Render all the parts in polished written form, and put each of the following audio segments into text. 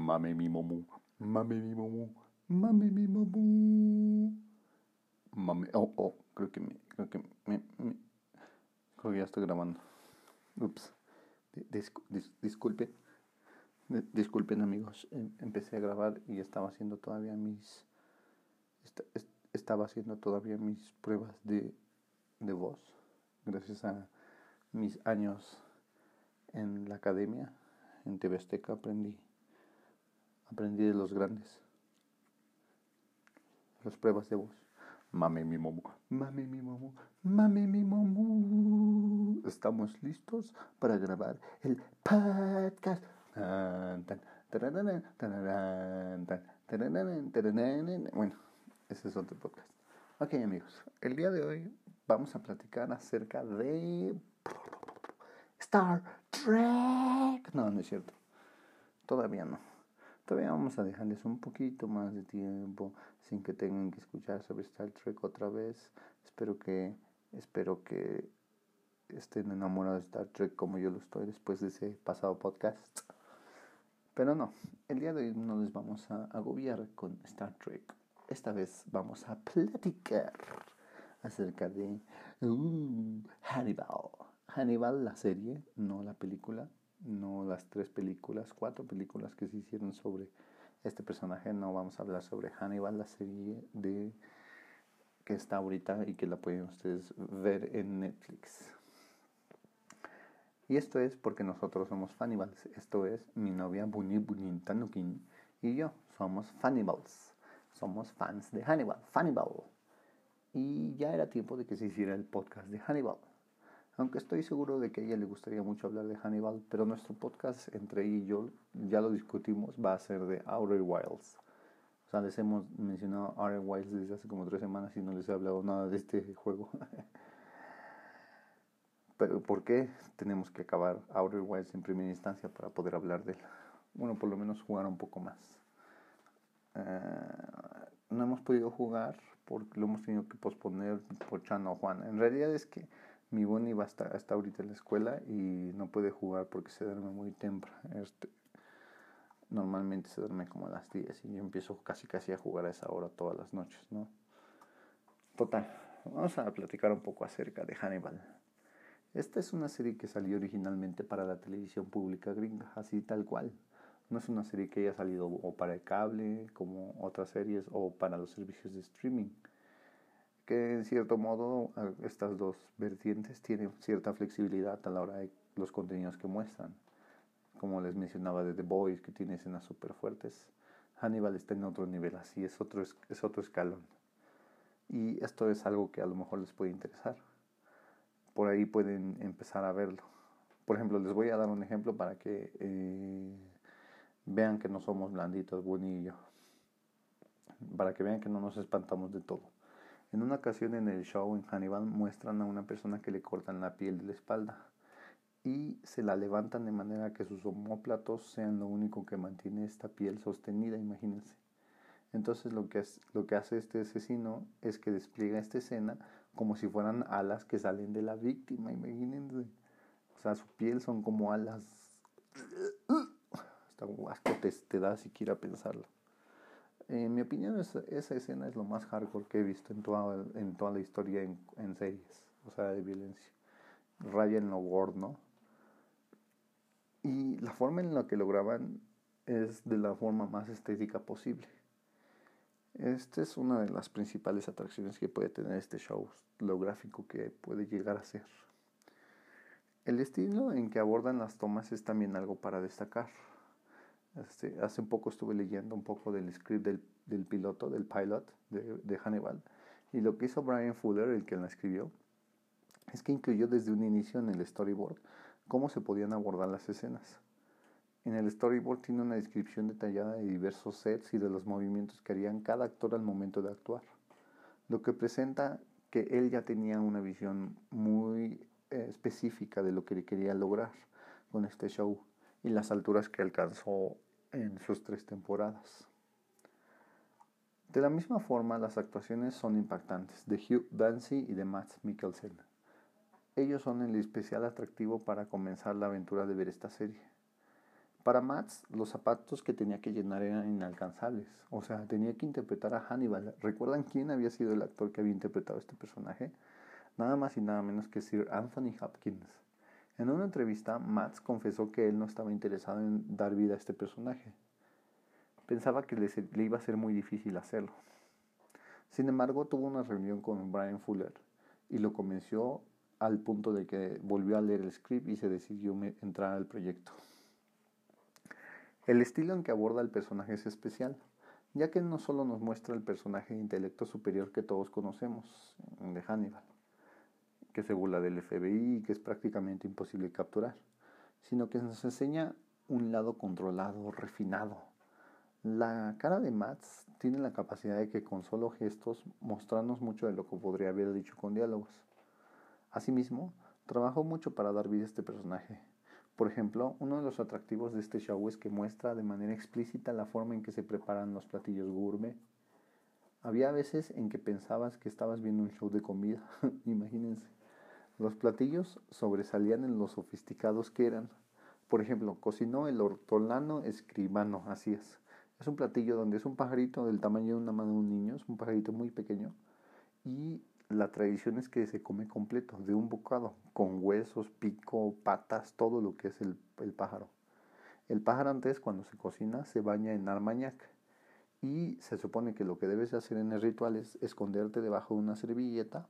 Mame mi momu, mame mi momu, mame mi momu. Mame, creo que ya estoy grabando. Ups, disculpen, disculpen amigos. Empecé a grabar y estaba haciendo todavía mis pruebas de voz. Gracias a mis años en la academia, en TV Azteca, aprendí de los grandes las pruebas de voz. Mame mi momu, mame mi momu, mame mi momu. Estamos listos para grabar el podcast. Bueno, ese es otro podcast. Ok amigos, el día de hoy vamos a platicar acerca de Star Trek. No es cierto. Todavía no. Todavía vamos a dejarles un poquito más de tiempo sin que tengan que escuchar sobre Star Trek otra vez. Espero que estén enamorados de Star Trek como yo lo estoy después de ese pasado podcast. Pero no, el día de hoy no les vamos a agobiar con Star Trek. Esta vez vamos a platicar acerca de Hannibal. Hannibal, la serie, no la película. No las 4 películas que se hicieron sobre este personaje. No vamos a hablar sobre Hannibal, la serie que está ahorita y que la pueden ustedes ver en Netflix. Y esto es porque nosotros somos Fannibals. Esto es mi novia Bunny Tanukin y yo somos Fannibals. Somos fans de Hannibal. Y ya era tiempo de que se hiciera el podcast de Hannibal. Aunque estoy seguro de que a ella le gustaría mucho hablar de Hannibal, pero nuestro podcast entre ella y yo, ya lo discutimos, va a ser de Outer Wilds. O sea, les hemos mencionado Outer Wilds desde hace como 3 semanas y no les he hablado nada de este juego. Pero ¿por qué tenemos que acabar Outer Wilds en primera instancia para poder hablar de él? Bueno, por lo menos jugar un poco más. No hemos podido jugar porque lo hemos tenido que posponer por Chano Juan. En realidad es que mi Bonnie está ahorita en la escuela y no puede jugar porque se duerme muy temprano. Normalmente se duerme como a las 10 y yo empiezo casi a jugar a esa hora todas las noches, ¿no? Total, vamos a platicar un poco acerca de Hannibal. Esta es una serie que salió originalmente para la televisión pública gringa, así tal cual. No es una serie que haya salido o para el cable, como otras series, o para los servicios de streaming. Que en cierto modo estas dos vertientes tienen cierta flexibilidad a la hora de los contenidos que muestran. Como les mencionaba de The Boys, que tiene escenas súper fuertes. Hannibal está en otro nivel, así es otro escalón. Y esto es algo que a lo mejor les puede interesar. Por ahí pueden empezar a verlo. Por ejemplo, les voy a dar un ejemplo para que vean que no somos blanditos, Bonnie y yo. Para que vean que no nos espantamos de todo. En una ocasión en el show en Hannibal muestran a una persona que le cortan la piel de la espalda y se la levantan de manera que sus omóplatos sean lo único que mantiene esta piel sostenida, imagínense. Entonces lo que hace este asesino es que despliega esta escena como si fueran alas que salen de la víctima, imagínense. O sea, su piel son como alas. Hasta un asco te da siquiera pensarlo. En mi opinión, esa escena es lo más hardcore que he visto en toda la historia en series, o sea, de violencia. Raya en lo gore, ¿no? Y la forma en la que lo graban es de la forma más estética posible. Esta es una de las principales atracciones que puede tener este show, lo gráfico que puede llegar a ser. El estilo en que abordan las tomas es también algo para destacar. Hace un poco estuve leyendo un poco del script del pilot de Hannibal, y lo que hizo Brian Fuller, el que la escribió, es que incluyó desde un inicio en el storyboard cómo se podían abordar las escenas. En el storyboard tiene una descripción detallada de diversos sets y de los movimientos que harían cada actor al momento de actuar, lo que presenta que él ya tenía una visión muy específica de lo que quería lograr con este show y las alturas que alcanzó en sus 3 temporadas. De la misma forma, las actuaciones son impactantes de Hugh Dancy y de Mads Mikkelsen. Ellos son el especial atractivo para comenzar la aventura de ver esta serie. Para Mads, los zapatos que tenía que llenar eran inalcanzables. O sea, tenía que interpretar a Hannibal. ¿Recuerdan quién había sido el actor que había interpretado a este personaje? Nada más y nada menos que Sir Anthony Hopkins. En una entrevista, Mads confesó que él no estaba interesado en dar vida a este personaje. Pensaba que le iba a ser muy difícil hacerlo. Sin embargo, tuvo una reunión con Bryan Fuller y lo convenció al punto de que volvió a leer el script y se decidió entrar al proyecto. El estilo en que aborda el personaje es especial, ya que no solo nos muestra el personaje de intelecto superior que todos conocemos, de Hannibal, que se burla del FBI y que es prácticamente imposible capturar, sino que nos enseña un lado controlado, refinado. La cara de Mads tiene la capacidad de que con solo gestos mostrarnos mucho de lo que podría haber dicho con diálogos. Asimismo, trabajó mucho para dar vida a este personaje. Por ejemplo, uno de los atractivos de este show es que muestra de manera explícita la forma en que se preparan los platillos gourmet. Había veces en que pensabas que estabas viendo un show de comida, imagínense. Los platillos sobresalían en lo sofisticados que eran. Por ejemplo, cocinó el ortolano escribano, así es. Es un platillo donde es un pajarito del tamaño de una mano de un niño, es un pajarito muy pequeño, y la tradición es que se come completo, de un bocado, con huesos, pico, patas, todo lo que es el pájaro. El pájaro antes, cuando se cocina, se baña en armañac, y se supone que lo que debes hacer en el ritual es esconderte debajo de una servilleta,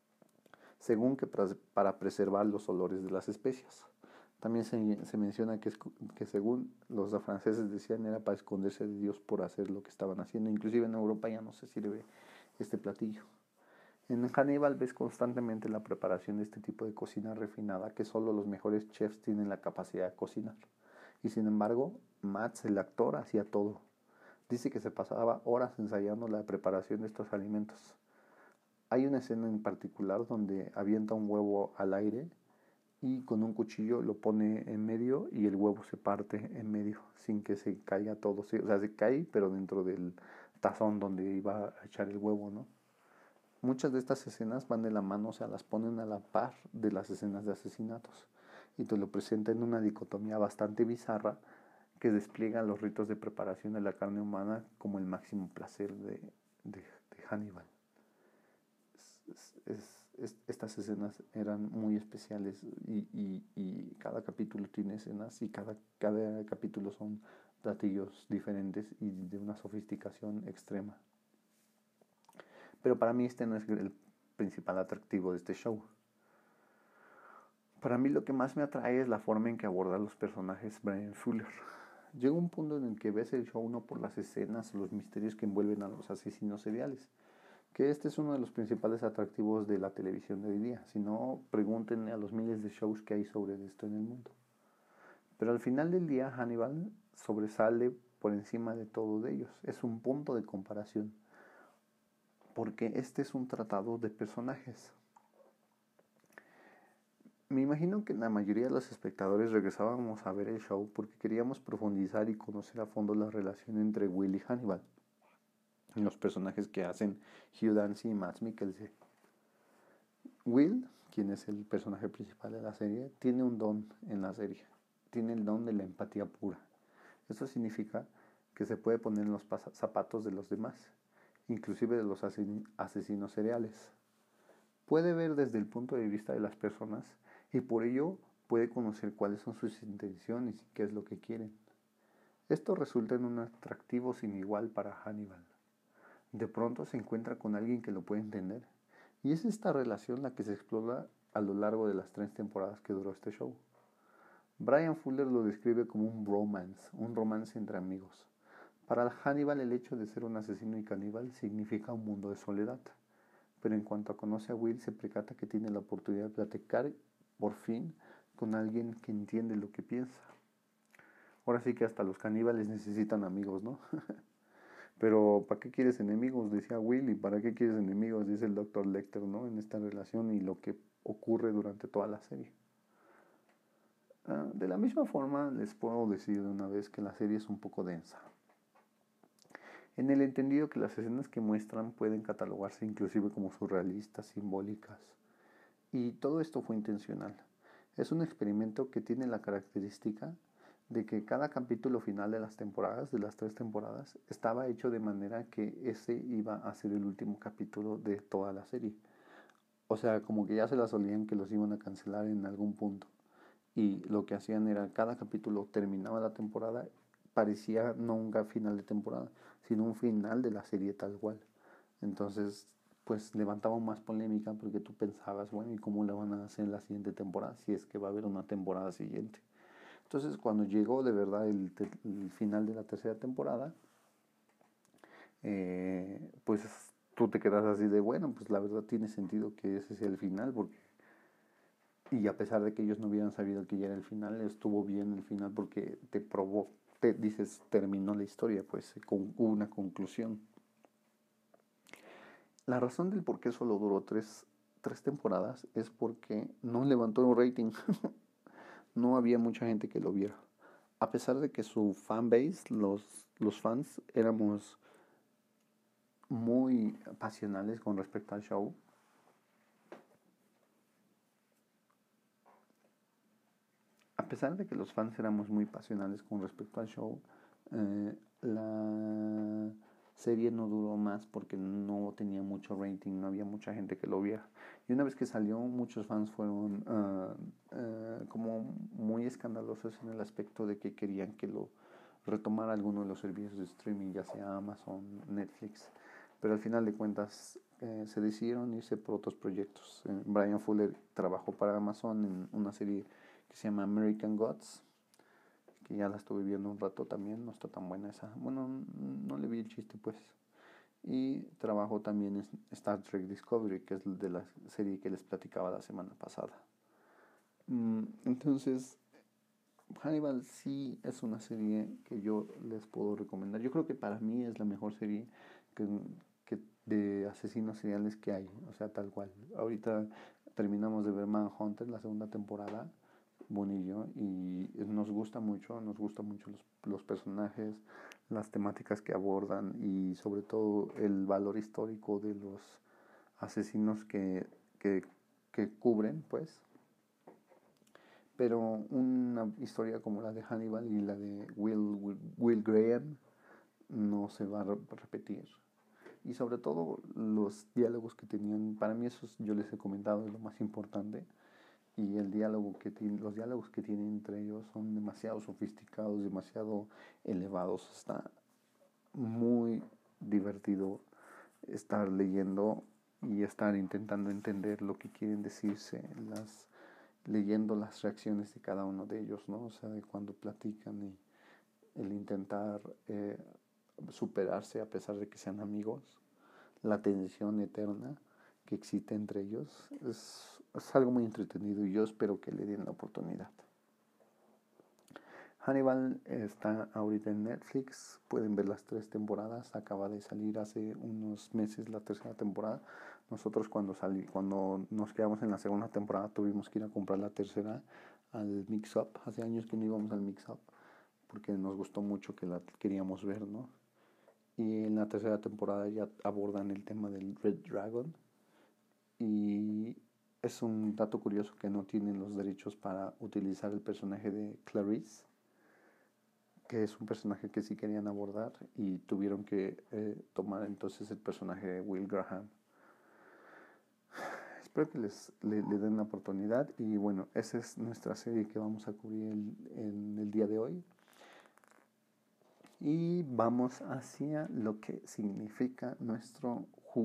según que para preservar los olores de las especias. También se menciona que según los franceses decían era para esconderse de Dios por hacer lo que estaban haciendo. Inclusive en Europa ya no se sirve este platillo. En Hannibal ves constantemente la preparación de este tipo de cocina refinada que solo los mejores chefs tienen la capacidad de cocinar. Y sin embargo, Mads, el actor, hacía todo. Dice que se pasaba horas ensayando la preparación de estos alimentos. Hay una escena en particular donde avienta un huevo al aire y con un cuchillo lo pone en medio y el huevo se parte en medio sin que se caiga todo. O sea, se cae pero dentro del tazón donde iba a echar el huevo, ¿no? Muchas de estas escenas van de la mano, o sea, las ponen a la par de las escenas de asesinatos y te lo presenta en una dicotomía bastante bizarra que despliega los ritos de preparación de la carne humana como el máximo placer de Hannibal. Estas escenas eran muy especiales y cada capítulo tiene escenas y cada capítulo son platillos diferentes y de una sofisticación extrema. Pero para mí este no es el principal atractivo de este show. Para mí lo que más me atrae es la forma en que aborda los personajes Bryan Fuller. Llega un punto en el que ves el show no por las escenas o los misterios que envuelven a los asesinos seriales, que este es uno de los principales atractivos de la televisión de hoy día. Si no, pregúntenle a los miles de shows que hay sobre esto en el mundo. Pero al final del día, Hannibal sobresale por encima de todo de ellos. Es un punto de comparación, porque este es un tratado de personajes. Me imagino que la mayoría de los espectadores regresábamos a ver el show porque queríamos profundizar y conocer a fondo la relación entre Will y Hannibal, los personajes que hacen Hugh Dancy y Mads Mikkelsen. Will, quien es el personaje principal de la serie, tiene un don en la serie. Tiene el don de la empatía pura. Eso significa que se puede poner en los zapatos de los demás, inclusive de los asesinos seriales. Puede ver desde el punto de vista de las personas y por ello puede conocer cuáles son sus intenciones y qué es lo que quieren. Esto resulta en un atractivo sin igual para Hannibal. De pronto se encuentra con alguien que lo puede entender. Y es esta relación la que se explora a lo largo de las 3 temporadas que duró este show. Bryan Fuller lo describe como un bromance, un romance entre amigos. Para Hannibal el hecho de ser un asesino y caníbal significa un mundo de soledad. Pero en cuanto conoce a Will se percata que tiene la oportunidad de platicar por fin con alguien que entiende lo que piensa. Ahora sí que hasta los caníbales necesitan amigos, ¿no? Pero ¿para qué quieres enemigos? Decía Will, ¿y para qué quieres enemigos? Dice el Dr. Lecter, ¿no? En esta relación y lo que ocurre durante toda la serie. De la misma forma les puedo decir de una vez que la serie es un poco densa. En el entendido que las escenas que muestran pueden catalogarse inclusive como surrealistas, simbólicas. Y todo esto fue intencional. Es un experimento que tiene la característica de que cada capítulo final de las temporadas, de las 3 temporadas, estaba hecho de manera que ese iba a ser el último capítulo de toda la serie. O sea, como que ya se las olían que los iban a cancelar en algún punto. Y lo que hacían era, cada capítulo terminaba la temporada, parecía no un final de temporada, sino un final de la serie tal cual. Entonces, pues levantaba más polémica porque tú pensabas, bueno, ¿y cómo le van a hacer en la siguiente temporada? Si es que va a haber una temporada siguiente. Entonces, cuando llegó de verdad el final de la tercera temporada, pues tú te quedas así de, bueno, pues la verdad tiene sentido que ese sea el final, porque, y a pesar de que ellos no hubieran sabido que ya era el final, estuvo bien el final porque te probó, te dices, terminó la historia, pues hubo una conclusión. La razón del por qué solo duró tres temporadas es porque no levantó un rating. No había mucha gente que lo viera. A pesar de que su fanbase, los fans, éramos muy pasionales con respecto al show. A pesar de que los fans éramos muy pasionales con respecto al show, la serie no duró más porque no tenía mucho rating, no había mucha gente que lo viera. Y una vez que salió, muchos fans fueron como muy escandalosos en el aspecto de que querían que lo retomara alguno de los servicios de streaming, ya sea Amazon, Netflix. Pero al final de cuentas se decidieron irse por otros proyectos. Brian Fuller trabajó para Amazon en una serie que se llama American Gods, que ya la estuve viendo un rato también, no está tan buena esa. Bueno, no le vi el chiste pues. Y trabajó también en Star Trek Discovery, que es de la serie que les platicaba la semana pasada. Entonces, Hannibal sí es una serie que yo les puedo recomendar. Yo creo que para mí es la mejor serie que, que de asesinos seriales que hay, o sea, tal cual. Ahorita terminamos de ver Manhunter, la segunda temporada, Bonillo, y nos gusta mucho los personajes, las temáticas que abordan y sobre todo el valor histórico de los asesinos que, que cubren, pues. Pero una historia como la de Hannibal y la de Will Graham no se va a repetir. Y sobre todo los diálogos que tenían, para mí eso yo les he comentado, es lo más importante. Y el diálogo los diálogos que tienen entre ellos son demasiado sofisticados, demasiado elevados. Está muy divertido estar leyendo y estar intentando entender lo que quieren decirse, leyendo las reacciones de cada uno de ellos, ¿no? O sea, de cuando platican y el intentar superarse a pesar de que sean amigos, la tensión eterna que existe entre ellos, es algo muy entretenido y yo espero que le den la oportunidad. Hannibal está ahorita en Netflix, pueden ver las 3 temporadas, acaba de salir hace unos meses la tercera temporada. Nosotros cuando nos quedamos en la segunda temporada tuvimos que ir a comprar la tercera al Mix Up. Hace años que no íbamos al Mix Up porque nos gustó mucho que la queríamos ver, ¿no? Y en la tercera temporada ya abordan el tema del Red Dragon y es un dato curioso que no tienen los derechos para utilizar el personaje de Clarice, que es un personaje que sí querían abordar y tuvieron que tomar entonces el personaje de Will Graham. Espero que le den la oportunidad y bueno, esa es nuestra serie que vamos a cubrir en el día de hoy. Y vamos hacia lo que significa nuestro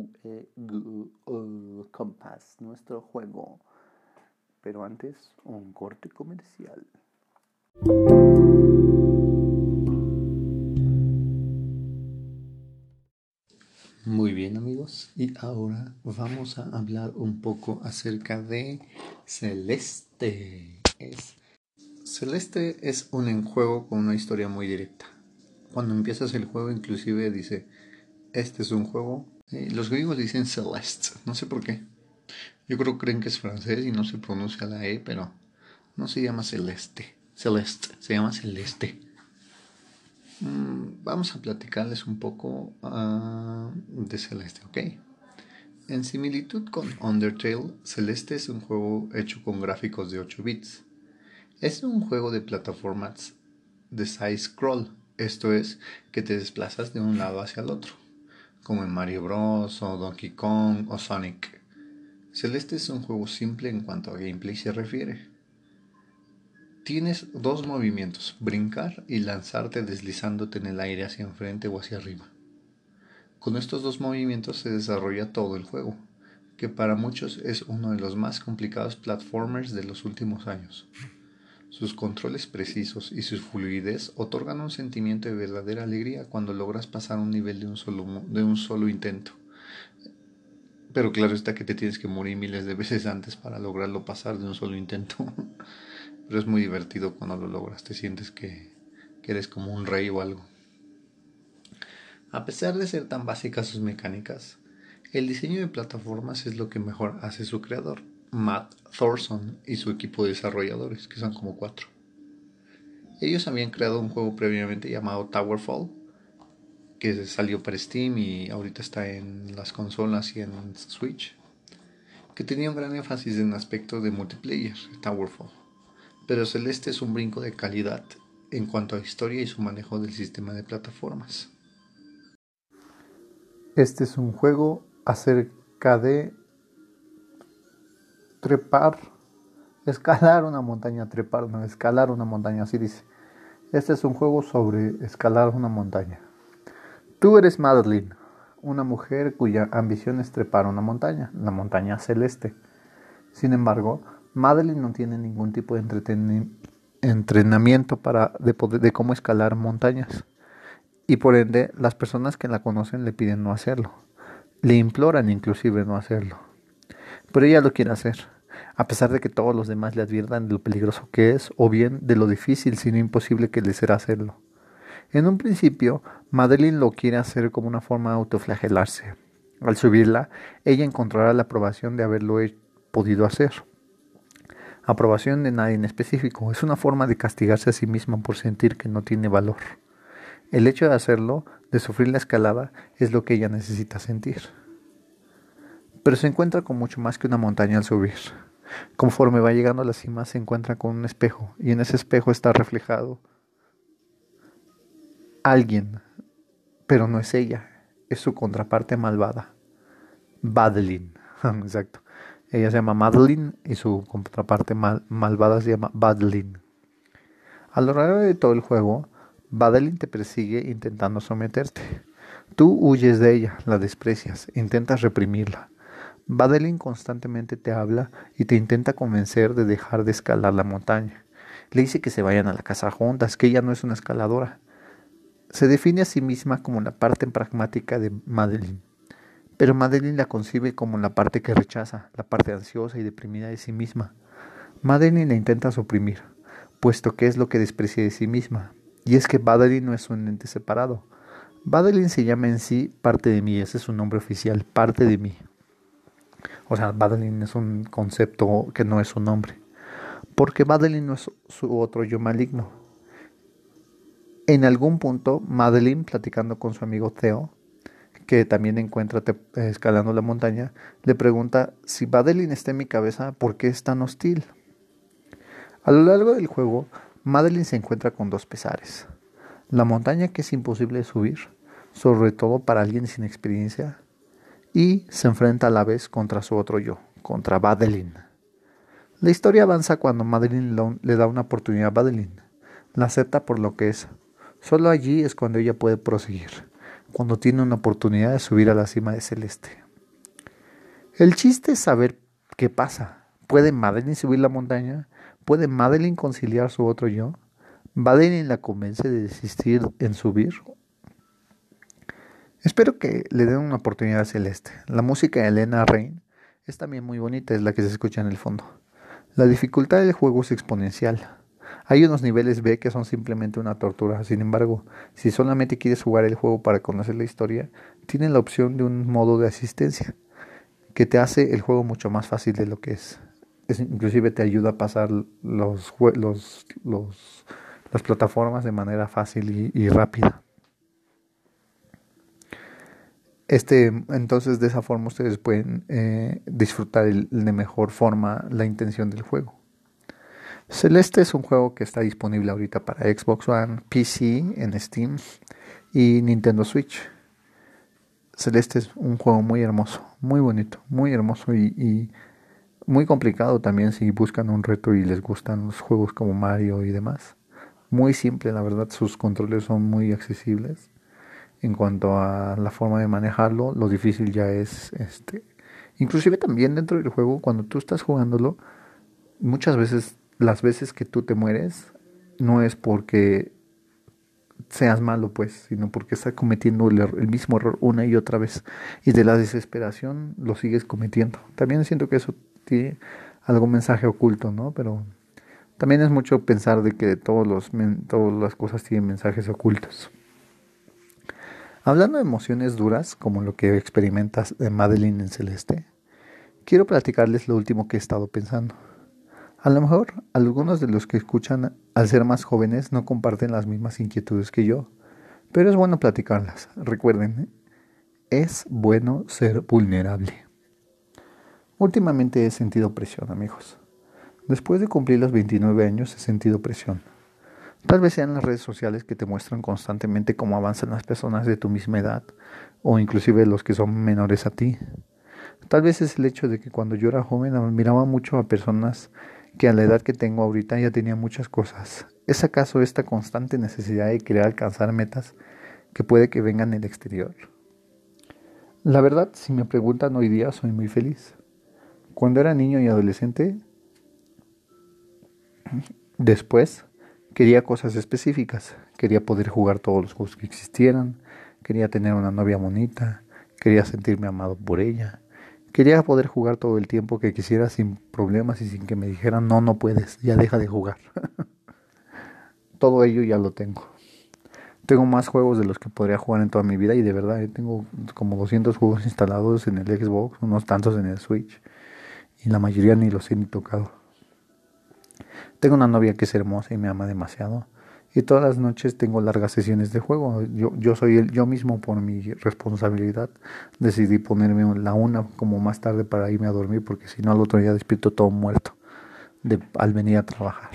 compás, nuestro juego. Pero antes, un corte comercial. Muy bien amigos, y ahora vamos a hablar un poco acerca de Celeste. Celeste es un juego con una historia muy directa. Cuando empiezas el juego inclusive dice, este es un juego. Los griegos dicen Celeste, no sé por qué. Yo creo que creen que es francés y no se pronuncia la E, pero no se llama Celeste. Celeste, se llama Celeste. Vamos a platicarles un poco de Celeste, ¿ok? En similitud con Undertale, Celeste es un juego hecho con gráficos de 8 bits. Es un juego de plataformas de side scroll, esto es, que te desplazas de un lado hacia el otro, como en Mario Bros. O Donkey Kong o Sonic. Celeste es un juego simple en cuanto a gameplay se refiere. Tienes dos movimientos, brincar y lanzarte deslizándote en el aire hacia enfrente o hacia arriba. Con estos dos movimientos se desarrolla todo el juego, que para muchos es uno de los más complicados platformers de los últimos años. Sus controles precisos y su fluidez otorgan un sentimiento de verdadera alegría cuando logras pasar un nivel de un solo intento. Pero claro está que te tienes que morir miles de veces antes para lograrlo pasar de un solo intento. Pero es muy divertido cuando lo logras, te sientes que eres como un rey o algo. A pesar de ser tan básicas sus mecánicas, el diseño de plataformas es lo que mejor hace su creador, Matt Thorson, y su equipo de desarrolladores, que son como 4. Ellos habían creado un juego previamente llamado Towerfall, que salió para Steam y ahorita está en las consolas y en Switch, que tenía un gran énfasis en aspecto de multiplayer, Towerfall. Pero Celeste es un brinco de calidad en cuanto a historia y su manejo del sistema de plataformas. Este es un juego acerca de escalar una montaña, escalar una montaña, así dice. Este es un juego sobre escalar una montaña. Tú eres Madeline, una mujer cuya ambición es trepar una montaña, la montaña celeste. Sin embargo, Madeline no tiene ningún tipo de entrenamiento de cómo escalar montañas. Y por ende, las personas que la conocen le piden no hacerlo. Le imploran inclusive no hacerlo. Pero ella lo quiere hacer, a pesar de que todos los demás le adviertan de lo peligroso que es, o bien de lo difícil, sino imposible que le será hacerlo. En un principio, Madeline lo quiere hacer como una forma de autoflagelarse. Al subirla, ella encontrará la aprobación de haberlo podido hacer. Aprobación de nadie en específico. Es una forma de castigarse a sí misma por sentir que no tiene valor. El hecho de hacerlo, de sufrir la escalada, es lo que ella necesita sentir. Pero se encuentra con mucho más que una montaña al subir. Conforme va llegando a la cima, se encuentra con un espejo, y en ese espejo está reflejado alguien, pero no es ella, es su contraparte malvada, Madeline. Exacto. Ella se llama Madeline y su contraparte malvada se llama Madeline. A lo largo de todo el juego, Madeline te persigue intentando someterte. Tú huyes de ella, la desprecias, intentas reprimirla. Madeline constantemente te habla y te intenta convencer de dejar de escalar la montaña. Le dice que se vayan a la casa juntas, que ella no es una escaladora. Se define a sí misma como la parte pragmática de Madeline, pero Madeline la concibe como la parte que rechaza, la parte ansiosa y deprimida de sí misma. Madeline la intenta suprimir, puesto que es lo que desprecia de sí misma, y es que Madeline no es un ente separado. Madeline se llama en sí parte de mí, ese es su nombre oficial, parte de mí. O sea, Madeline es un concepto que no es su nombre, porque Madeline no es su otro yo maligno. En algún punto, Madeline, platicando con su amigo Theo, que también encuentra escalando la montaña, le pregunta: si Madeline está en mi cabeza, ¿por qué es tan hostil? A lo largo del juego, Madeline se encuentra con dos pesares: la montaña, que es imposible de subir, sobre todo para alguien sin experiencia, y se enfrenta a la vez contra su otro yo, contra Madeline. La historia avanza cuando Madeline le da una oportunidad a Madeline. La acepta por lo que es. Solo allí es cuando ella puede proseguir, cuando tiene una oportunidad de subir a la cima de Celeste. El chiste es saber qué pasa. ¿Puede Madeline subir la montaña? ¿Puede Madeline conciliar su otro yo? ¿Madeline la convence de desistir en subir? Espero que le den una oportunidad a Celeste. La música de Elena Rain es también muy bonita, es la que se escucha en el fondo. La dificultad del juego es exponencial. Hay unos niveles B que son simplemente una tortura. Sin embargo, si solamente quieres jugar el juego para conocer la historia, tienen la opción de un modo de asistencia que te hace el juego mucho más fácil de lo que es. Inclusive te ayuda a pasar las plataformas de manera fácil y rápida. Entonces, de esa forma ustedes pueden disfrutar de mejor forma la intención del juego. Celeste es un juego que está disponible ahorita para Xbox One, PC en Steam y Nintendo Switch. Celeste es un juego muy hermoso, muy bonito, muy hermoso y muy complicado también si buscan un reto y les gustan los juegos como Mario y demás. Muy simple, la verdad, sus controles son muy accesibles. En cuanto a la forma de manejarlo, lo difícil ya es inclusive también dentro del juego, cuando tú estás jugándolo, muchas veces las veces que tú te mueres no es porque seas malo, pues, sino porque estás cometiendo el mismo error una y otra vez. Y de la desesperación lo sigues cometiendo. También siento que eso tiene algún mensaje oculto, ¿no? Pero también es mucho pensar de que todas las cosas tienen mensajes ocultos. Hablando de emociones duras, como lo que experimentas de Madeline en Celeste, quiero platicarles lo último que he estado pensando. A lo mejor algunos de los que escuchan al ser más jóvenes no comparten las mismas inquietudes que yo, pero es bueno platicarlas. Recuerden, es bueno ser vulnerable. Últimamente he sentido presión, amigos. Después de cumplir los 29 años he sentido presión. Tal vez sean las redes sociales que te muestran constantemente cómo avanzan las personas de tu misma edad, o inclusive los que son menores a ti. Tal vez es el hecho de que cuando yo era joven admiraba mucho a personas que a la edad que tengo ahorita ya tenían muchas cosas. ¿Es acaso esta constante necesidad de querer alcanzar metas que puede que vengan del exterior? La verdad, si me preguntan hoy día, soy muy feliz. Cuando era niño y adolescente, después, quería cosas específicas. Quería poder jugar todos los juegos que existieran. Quería tener una novia bonita. Quería sentirme amado por ella. Quería poder jugar todo el tiempo que quisiera sin problemas y sin que me dijeran, no, no puedes, ya deja de jugar. Todo ello ya lo tengo. Tengo más juegos de los que podría jugar en toda mi vida y de verdad tengo como 200 juegos instalados en el Xbox, unos tantos en el Switch y la mayoría ni los he ni tocado. Tengo una novia que es hermosa y me ama demasiado y todas las noches tengo largas sesiones de juego. Yo mismo por mi responsabilidad decidí ponerme la una como más tarde para irme a dormir porque si no al otro día despierto todo muerto al venir a trabajar.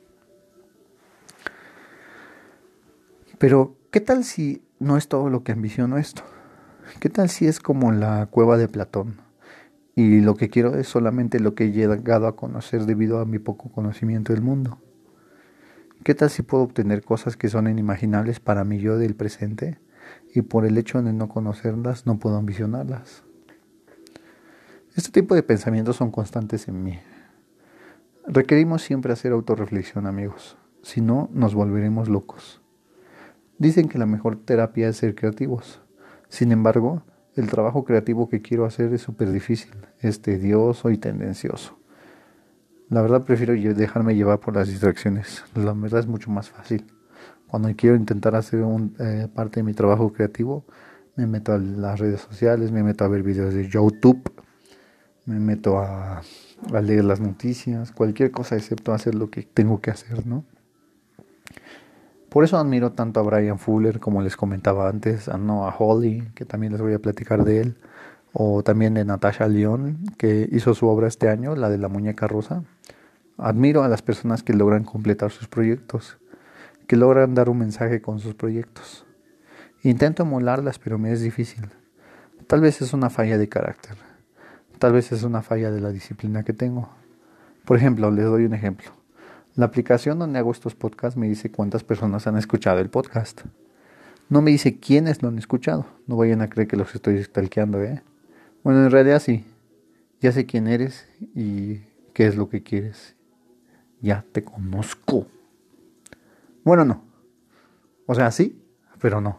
Pero ¿qué tal si no es todo lo que ambiciono esto? ¿Qué tal si es como la cueva de Platón? Y lo que quiero es solamente lo que he llegado a conocer debido a mi poco conocimiento del mundo. ¿Qué tal si puedo obtener cosas que son inimaginables para mi yo del presente y por el hecho de no conocerlas no puedo ambicionarlas? Este tipo de pensamientos son constantes en mí. Requerimos siempre hacer autorreflexión, amigos. Si no, nos volveremos locos. Dicen que la mejor terapia es ser creativos. Sin embargo, el trabajo creativo que quiero hacer es súper difícil, es tedioso y tendencioso. La verdad prefiero dejarme llevar por las distracciones. La verdad es mucho más fácil. Cuando quiero intentar hacer parte de mi trabajo creativo, me meto a las redes sociales, me meto a ver videos de YouTube, me meto a leer las noticias, cualquier cosa excepto hacer lo que tengo que hacer, ¿no? Por eso admiro tanto a Brian Fuller, como les comentaba antes, a Noah Hawley, que también les voy a platicar de él, o también de Natasha Lyonne, que hizo su obra este año, la de la muñeca rosa. Admiro a las personas que logran completar sus proyectos, que logran dar un mensaje con sus proyectos. Intento emularlas, pero me es difícil. Tal vez es una falla de carácter, tal vez es una falla de la disciplina que tengo. Por ejemplo, les doy un ejemplo. La aplicación donde hago estos podcasts me dice cuántas personas han escuchado el podcast. No me dice quiénes lo han escuchado. No vayan a creer que los estoy stalkeando, ¿eh? Bueno, en realidad sí. Ya sé quién eres y qué es lo que quieres. Ya te conozco. Bueno, no. O sea, sí, pero no.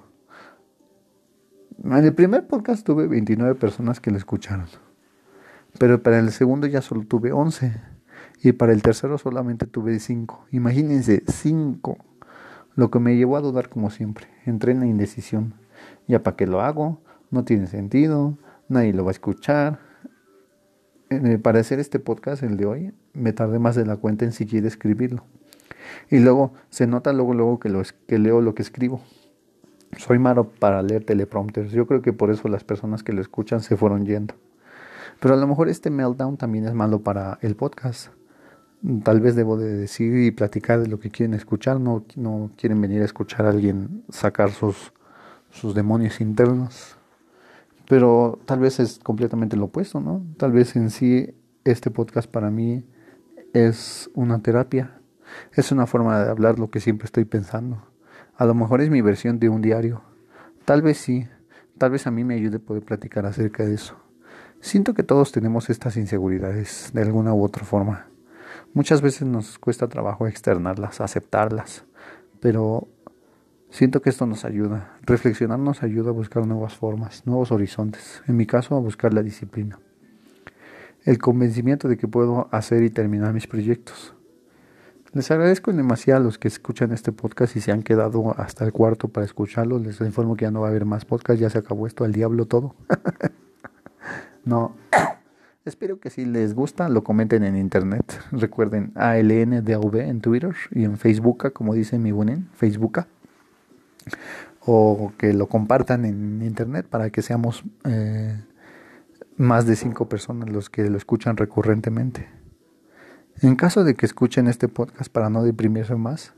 En el primer podcast tuve 29 personas que lo escucharon. Pero para el segundo ya solo tuve 11. Y para el tercero solamente tuve 5. Imagínense, 5. Lo que me llevó a dudar como siempre. Entré en la indecisión. ¿Ya para qué lo hago? No tiene sentido. Nadie lo va a escuchar. Para hacer este podcast, el de hoy, me tardé más de la cuenta en siquiera escribirlo. Y luego, se nota luego que leo lo que escribo. Soy malo para leer teleprompters. Yo creo que por eso las personas que lo escuchan se fueron yendo. Pero a lo mejor este meltdown también es malo para el podcast. Tal vez debo de decir y platicar de lo que quieren escuchar, no quieren venir a escuchar a alguien sacar sus demonios internos. Pero tal vez es completamente lo opuesto, ¿no? Tal vez en sí este podcast para mí es una terapia, es una forma de hablar lo que siempre estoy pensando. A lo mejor es mi versión de un diario. Tal vez sí, tal vez a mí me ayude a poder platicar acerca de eso. Siento que todos tenemos estas inseguridades de alguna u otra forma. Muchas veces nos cuesta trabajo externarlas, aceptarlas, pero siento que esto nos ayuda. Reflexionar nos ayuda a buscar nuevas formas, nuevos horizontes. En mi caso, a buscar la disciplina. El convencimiento de que puedo hacer y terminar mis proyectos. Les agradezco demasiado a los que escuchan este podcast y se han quedado hasta el cuarto para escucharlo. Les informo que ya no va a haber más podcast, ya se acabó esto, al diablo todo. No, espero que si les gusta lo comenten en internet. Recuerden ALNDAV en Twitter y en Facebook, como dice mi buen Facebook. O que lo compartan en internet para que seamos más de 5 personas los que lo escuchan recurrentemente. En caso de que escuchen este podcast para no deprimirse más,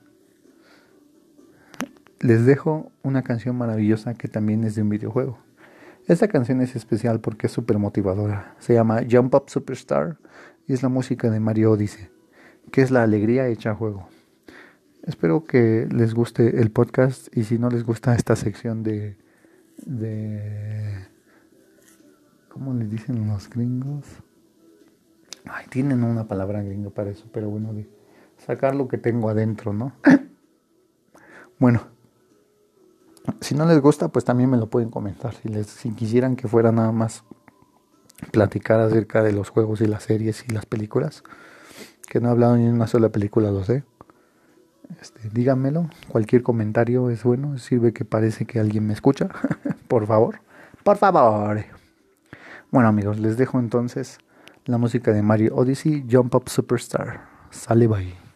les dejo una canción maravillosa que también es de un videojuego. Esta canción es especial porque es súper motivadora. Se llama Jump Up Superstar y es la música de Mario Odyssey, que es la alegría hecha juego. Espero que les guste el podcast y si no les gusta esta sección de ¿cómo les dicen los gringos? Ay, tienen una palabra gringa para eso, pero bueno, de sacar lo que tengo adentro, ¿no? Bueno, si no les gusta, pues también me lo pueden comentar. Si quisieran que fuera nada más platicar acerca de los juegos y las series y las películas, que no he hablado ni en una sola película, lo sé. Díganmelo, cualquier comentario es bueno, sirve que parece que alguien me escucha. Por favor, por favor. Bueno amigos, les dejo entonces la música de Mario Odyssey, Jump Up Superstar. Sale, bye.